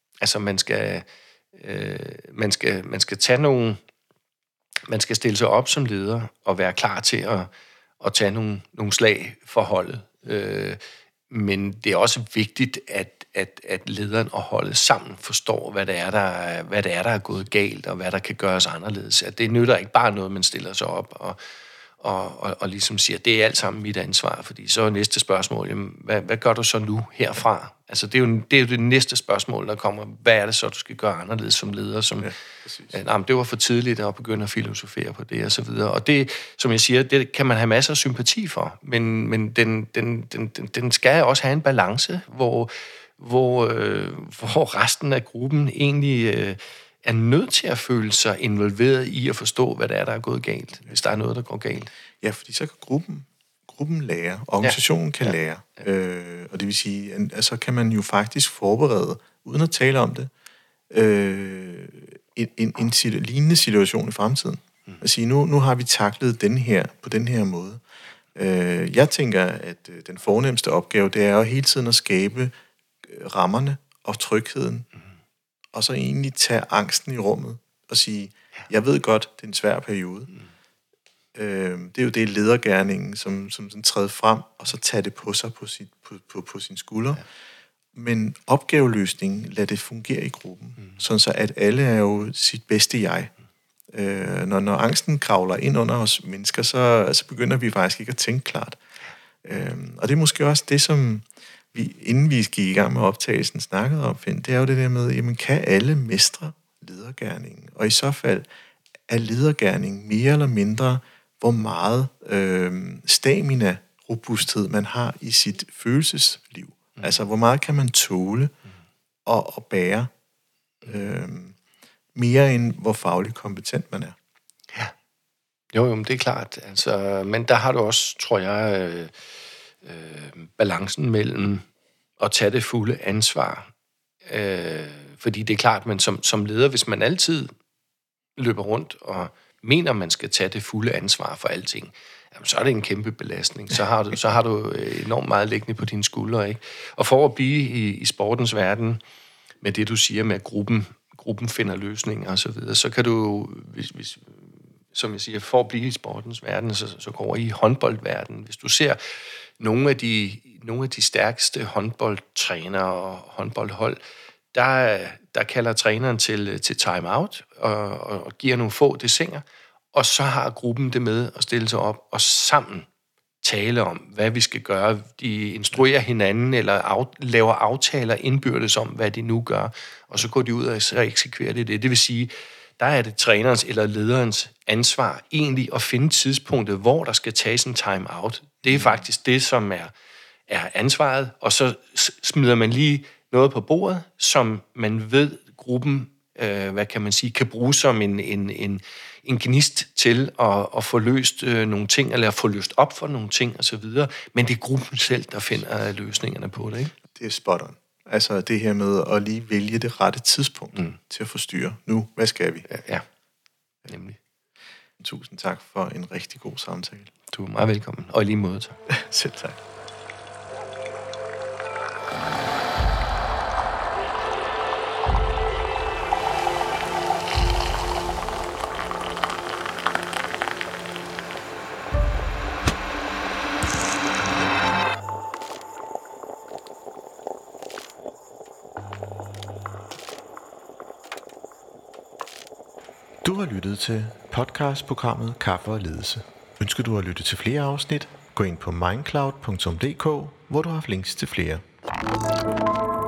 tage man skal stille sig op som leder og være klar til at tage nogle slag for holdet. Men det er også vigtigt, at lederen og holdet sammen forstår, hvad det er, der er gået galt, og hvad der kan gøres anderledes. At det nytter ikke bare noget, man stiller sig op og ligesom siger, det er alt sammen mit ansvar, fordi så er næste spørgsmål, jamen, hvad gør du så nu herfra? Altså, det er jo det næste spørgsmål, der kommer. Hvad er det så, du skal gøre anderledes som leder? Det var for tidligt at begynde at filosofere på det, og så videre. Og det, som jeg siger, det kan man have masser af sympati for, men den skal også have en balance, hvor resten af gruppen egentlig er nødt til at føle sig involveret i at forstå, hvad det er, der er gået galt, hvis der er noget, der går galt. Ja, fordi så kan gruppen lære, organisationen kan lære, og det vil sige, at så kan man jo faktisk forberede, uden at tale om det, en lignende situation i fremtiden. At sige, nu har vi taklet den her på den her måde. Jeg tænker, at den fornemste opgave, det er jo hele tiden at skabe rammerne og trygheden, og så egentlig tage angsten i rummet og sige, jeg ved godt, det er en svær periode. Det er jo det ledergerningen, som sådan træder frem, og så tage det på sig på sin skulder. Ja. Men opgaveløsningen, lad det fungere i gruppen, sådan så at alle er jo sit bedste jeg. Når angsten kravler ind under os mennesker, så begynder vi faktisk ikke at tænke klart. Og det er måske også det, som inden vi gik i gang med optagelsen, snakkede om, Finn, det er jo det der med, jamen kan alle mestre ledergerningen? Og i så fald er ledergerningen mere eller mindre, hvor meget stamina, robusthed man har i sit følelsesliv. Altså, hvor meget kan man tåle og bære mere end hvor fagligt kompetent man er. Ja. Jo, men det er klart. Altså, men der har du også, tror jeg, balancen mellem at tage det fulde ansvar. Fordi det er klart, men som leder, hvis man altid løber rundt og mener, man skal tage det fulde ansvar for alting, jamen, så er det en kæmpe belastning. Så har du enormt meget liggende på dine skuldre, ikke? Og for at blive i sportens verden, med det du siger med, at gruppen finder løsninger og så videre, så kan du, hvis som jeg siger, for at blive i sportens verden, så går over i håndboldverdenen. Hvis du ser nogle af de stærkeste håndboldtrænere og håndboldhold, der kalder træneren til time-out og giver nogle få dessinger, og så har gruppen det med at stille sig op og sammen tale om, hvad vi skal gøre. De instruerer hinanden eller laver aftaler indbyrdes om, hvad de nu gør, og så går de ud og så eksekverer det. Det vil sige, der er det trænerens eller lederens ansvar egentlig at finde tidspunktet, hvor der skal tages en time-out. Det er faktisk det, som er ansvaret, og så smider man lige noget på bordet, som man ved, gruppen, kan bruge som en gnist til at få løst nogle ting, eller at få løst op for nogle ting osv. Men det er gruppen selv, der finder løsningerne på det, ikke? Det er spot on. Altså det her med at lige vælge det rette tidspunkt til at få styre. Nu, hvad skal vi? Ja, nemlig. Tusind tak for en rigtig god samtale. Du er meget velkommen, og i lige måde. Selv tak. Du har lyttet til podcastprogrammet Kaffe og Ledelse. Ønsker du at lytte til flere afsnit? Gå ind på mindcloud.dk, hvor du har links til flere.